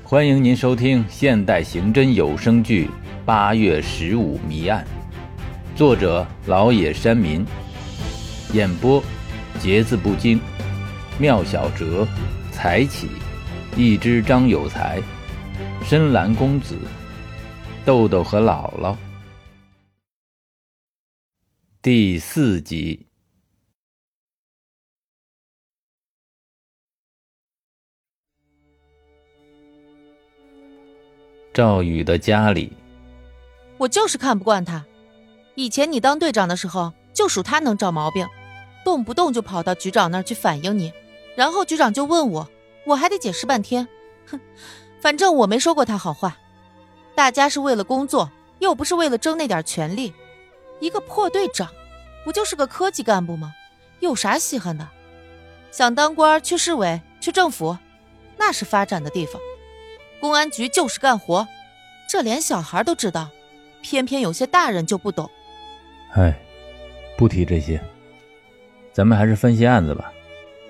欢迎您收听现代刑侦有声剧《8月15谜案》，作者老野山民，演播节字不惊，妙小哲，才起，一只张有才，深蓝公子，豆豆和姥姥。第4集。赵宇的家里， 我就是看不惯他。以前你当队长的时候，就属他能找毛病，动不动就跑到局长那儿去反映你，然后局长就问我，我还得解释半天。哼，反正我没说过他好话。大家是为了工作，又不是为了争那点权利。一个破队长，不就是个科级干部吗？有啥稀罕的？想当官去市委，去政府，那是发展的地方。公安局就是干活，这连小孩都知道，偏偏有些大人就不懂。 不提这些，咱们还是分析案子吧。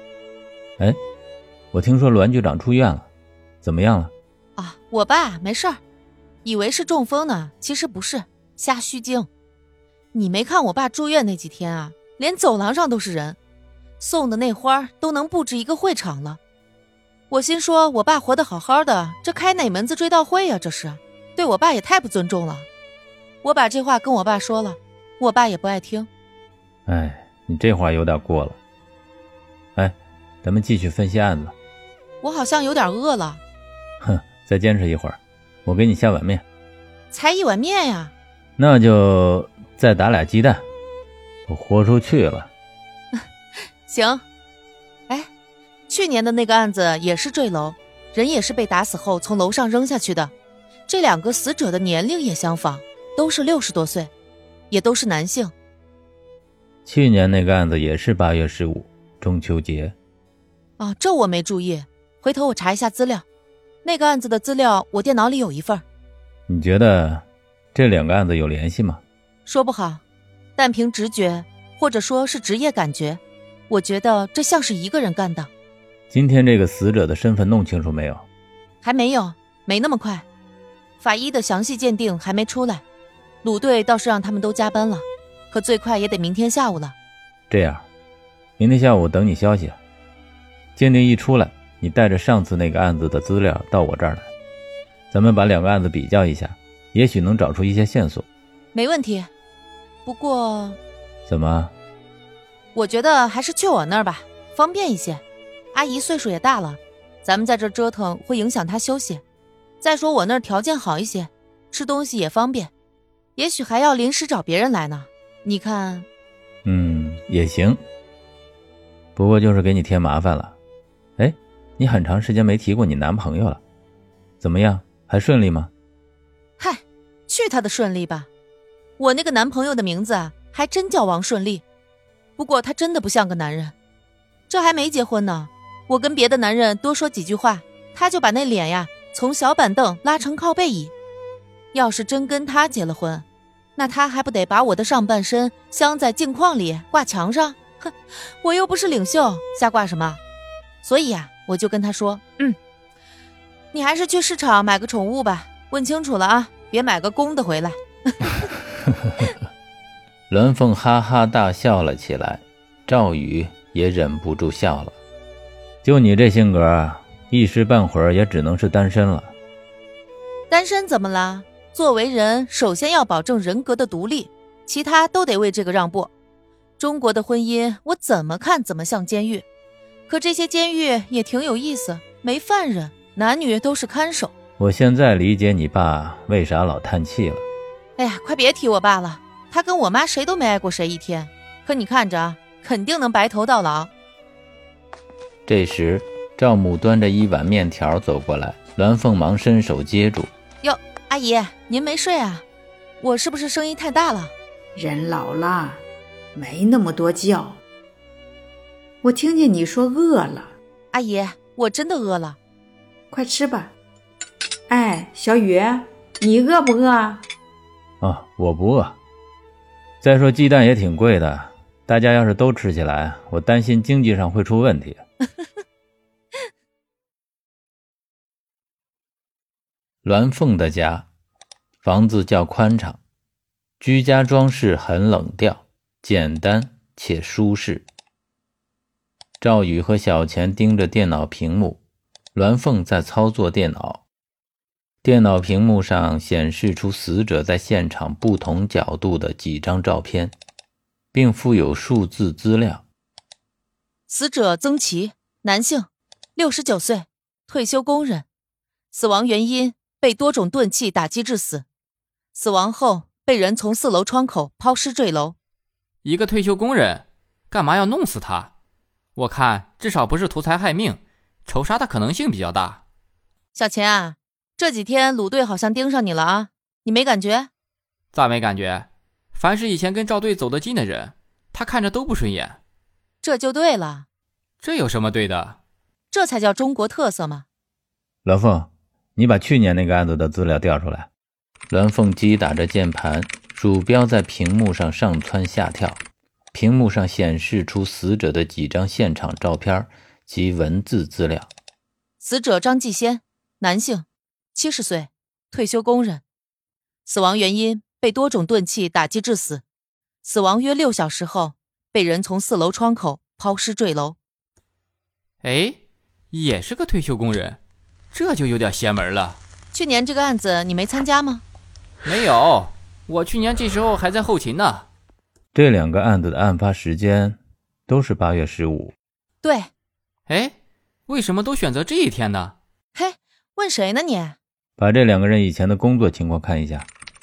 我听说栾局长出院了，怎么样了？ 我爸没事儿，以为是中风呢，其实不是，瞎虚惊。你没看我爸住院那几天啊，连走廊上都是人，送的那花都能布置一个会场了。我心说我爸活得好好的，这开哪门子追悼会呀？这是对我爸也太不尊重了。我把这话跟我爸说了，我爸也不爱听。 你这话有点过了。咱们继续分析案子。 我好像有点饿了。 再坚持一会儿，我给你下碗面。 才一碗面呀？ 那就再打俩鸡蛋，我豁出去了。 行。去年的那个案子也是坠楼，人也是被打死后从楼上扔下去的。这两个死者的年龄也相仿，都是60多岁，也都是男性。 去年那个案子也是8月15，中秋节。 这我没注意，回头我查一下资料。那个案子的资料我电脑里有一份。 你觉得这两个案子有联系吗？ 说不好，但凭直觉，或者说是职业感觉，我觉得这像是一个人干的。 今天这个死者的身份弄清楚没有？ 还没有，没那么快。法医的详细鉴定还没出来，鲁队倒是让他们都加班了，可最快也得明天下午了。 这样，明天下午等你消息。鉴定一出来，你带着上次那个案子的资料到我这儿来，咱们把两个案子比较一下，也许能找出一些线索。 没问题。不过…… 怎么？ 我觉得还是去我那儿吧，方便一些。阿姨岁数也大了，咱们在这折腾会影响她休息。再说我那儿条件好一些，吃东西也方便，也许还要临时找别人来呢。你看？ 也行，不过就是给你添麻烦了。你很长时间没提过你男朋友了，怎么样，还顺利吗？ 去他的顺利吧。我那个男朋友的名字还真叫王顺利，不过他真的不像个男人。这还没结婚呢，我跟别的男人多说几句话，他就把那脸呀从小板凳拉成靠背椅。要是真跟他结了婚，那他还不得把我的上半身镶在镜框里挂墙上？我又不是领袖，瞎挂什么？所以我就跟他说，你还是去市场买个宠物吧，问清楚了啊，别买个公的回来。 栾凤哈哈大笑了起来，赵宇也忍不住笑了。就你这性格，一时半会儿也只能是单身了。 单身怎么了？作为人，首先要保证人格的独立，其他都得为这个让步。中国的婚姻，我怎么看怎么像监狱，可这些监狱也挺有意思，没犯人，男女都是看守。 我现在理解你爸为啥老叹气了。 快别提我爸了，他跟我妈谁都没爱过谁一天，可你看着肯定能白头到老。 这时赵母端着一碗面条走过来，栾凤忙伸手接住。 哟，阿姨，您没睡啊？我是不是声音太大了？ 人老了，没那么多觉。我听见你说饿了。 阿姨，我真的饿了。 快吃吧。小雨，你饿不饿？ 我不饿。再说鸡蛋也挺贵的，大家要是都吃起来，我担心经济上会出问题。 栾凤的家，房子较宽敞，居家装饰很冷调，简单且舒适。赵宇和小钱盯着电脑屏幕，栾凤在操作电脑。电脑屏幕上显示出死者在现场不同角度的几张照片，并附有数字资料。 死者曾琦，男性，69岁，退休工人，死亡原因被多种钝器打击致死，死亡后被人从4楼窗口抛尸坠楼。 一个退休工人，干嘛要弄死他？我看至少不是图财害命，仇杀的可能性比较大。 小钱啊，这几天鲁队好像盯上你了啊，你没感觉？ 咋没感觉？凡是以前跟赵队走得近的人，他看着都不顺眼。 这就对了。 这有什么对的？ 这才叫中国特色嘛。 栾凤，你把去年那个案子的资料调出来。栾凤击打着键盘，鼠标在屏幕上上蹿下跳，屏幕上显示出死者的几张现场照片及文字资料。 死者张继先，男性，70岁，退休工人，死亡原因被多种钝器打击致死，死亡约6小时后被人从4楼窗口抛尸坠楼。 哎，也是个退休工人，这就有点邪门了。 去年这个案子你没参加吗？ 没有，我去年这时候还在后勤呢。 这2个案子的案发时间都是8月15。 对。 哎，为什么都选择这一天呢？ 嘿，问谁呢你？ 把这2个人以前的工作情况看一下。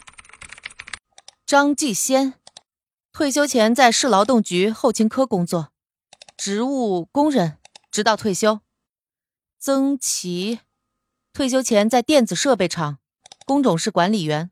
张继先，退休前在市劳动局后勤科工作，职务工人，直到退休。曾琦，退休前在电子设备厂，工种是管理员。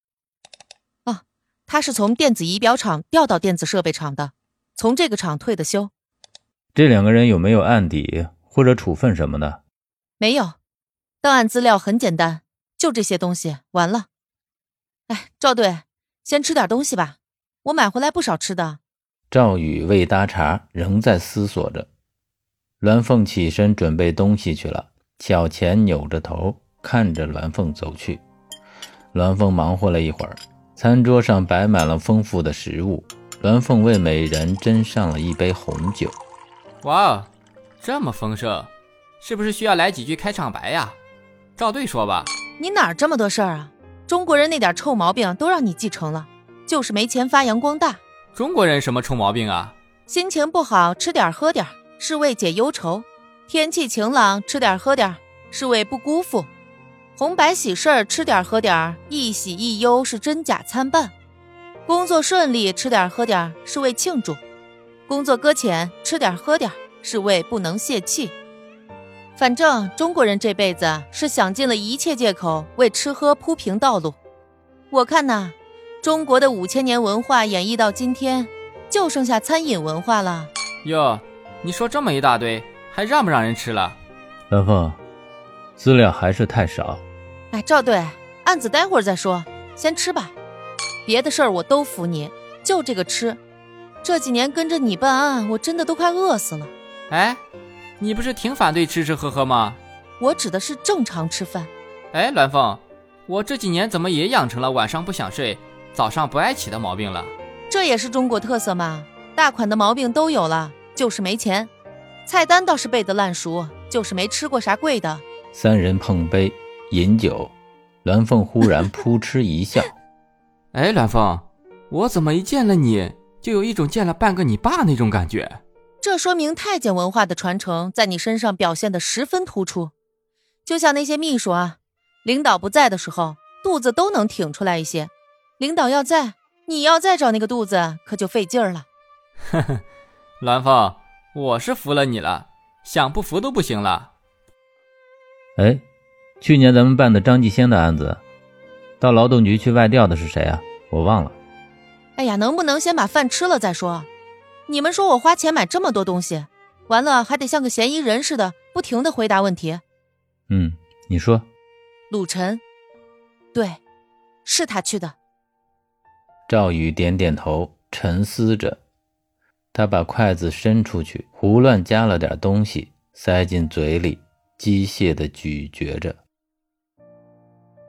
他是从电子仪表厂调到电子设备厂的，从这个厂退的休。 这2个人有没有案底或者处分什么的？ 没有，档案资料很简单，就这些东西，完了。哎，赵队，先吃点东西吧，我买回来不少吃的。 赵宇未搭茬，仍在思索着。栾凤起身准备东西去了，小钱扭着头看着栾凤走去。栾凤忙活了一会儿，餐桌上摆满了丰富的食物，栾凤为每人斟上了一杯红酒。 哇，这么丰盛，是不是需要来几句开场白呀？赵队说吧。 你哪儿这么多事儿啊？中国人那点臭毛病都让你继承了，就是没钱发扬光大。 中国人什么臭毛病啊？ 心情不好吃点喝点，是为解忧愁；天气晴朗吃点喝点，是为不辜负；红白喜事吃点喝点，一喜一忧是真假参半；工作顺利吃点喝点，是为庆祝；工作搁浅吃点喝点，是为不能泄气。反正中国人这辈子是想尽了一切借口为吃喝铺平道路。我看呐，中国的5000年文化演绎到今天，就剩下餐饮文化了。 哟，你说这么一大堆，还让不让人吃了？ 栾凤，资料还是太少。 哎，赵队，案子待会儿再说，先吃吧。别的事儿我都服你，就这个吃。这几年跟着你办案，我真的都快饿死了。 哎，你不是挺反对吃吃喝喝吗？ 我指的是正常吃饭。 哎，栾凤，我这几年怎么也养成了晚上不想睡，早上不爱起的毛病了？ 这也是中国特色嘛，大款的毛病都有了，就是没钱。菜单倒是背得烂熟，就是没吃过啥贵的。 3人碰杯饮酒，栾凤忽然扑哧一笑。 哎，栾凤，我怎么一见了你就有一种见了半个你爸那种感觉？ 这说明太监文化的传承在你身上表现得十分突出。就像那些秘书啊，领导不在的时候，肚子都能挺出来一些；领导要在，你要再找那个肚子，可就费劲儿了。 呵呵，栾凤，我是服了你了，想不服都不行了。 哎，去年咱们办的张继先的案子，到劳动局去外调的是谁啊？我忘了。 哎呀，能不能先把饭吃了再说？你们说我花钱买这么多东西，完了还得像个嫌疑人似的，不停地回答问题。 你说。 鲁晨，对，是他去的。 赵宇点点头，沉思着。他把筷子伸出去，胡乱夹了点东西，塞进嘴里，机械地咀嚼着。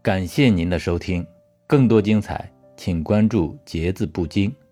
感谢您的收听，更多精彩请关注节字不惊。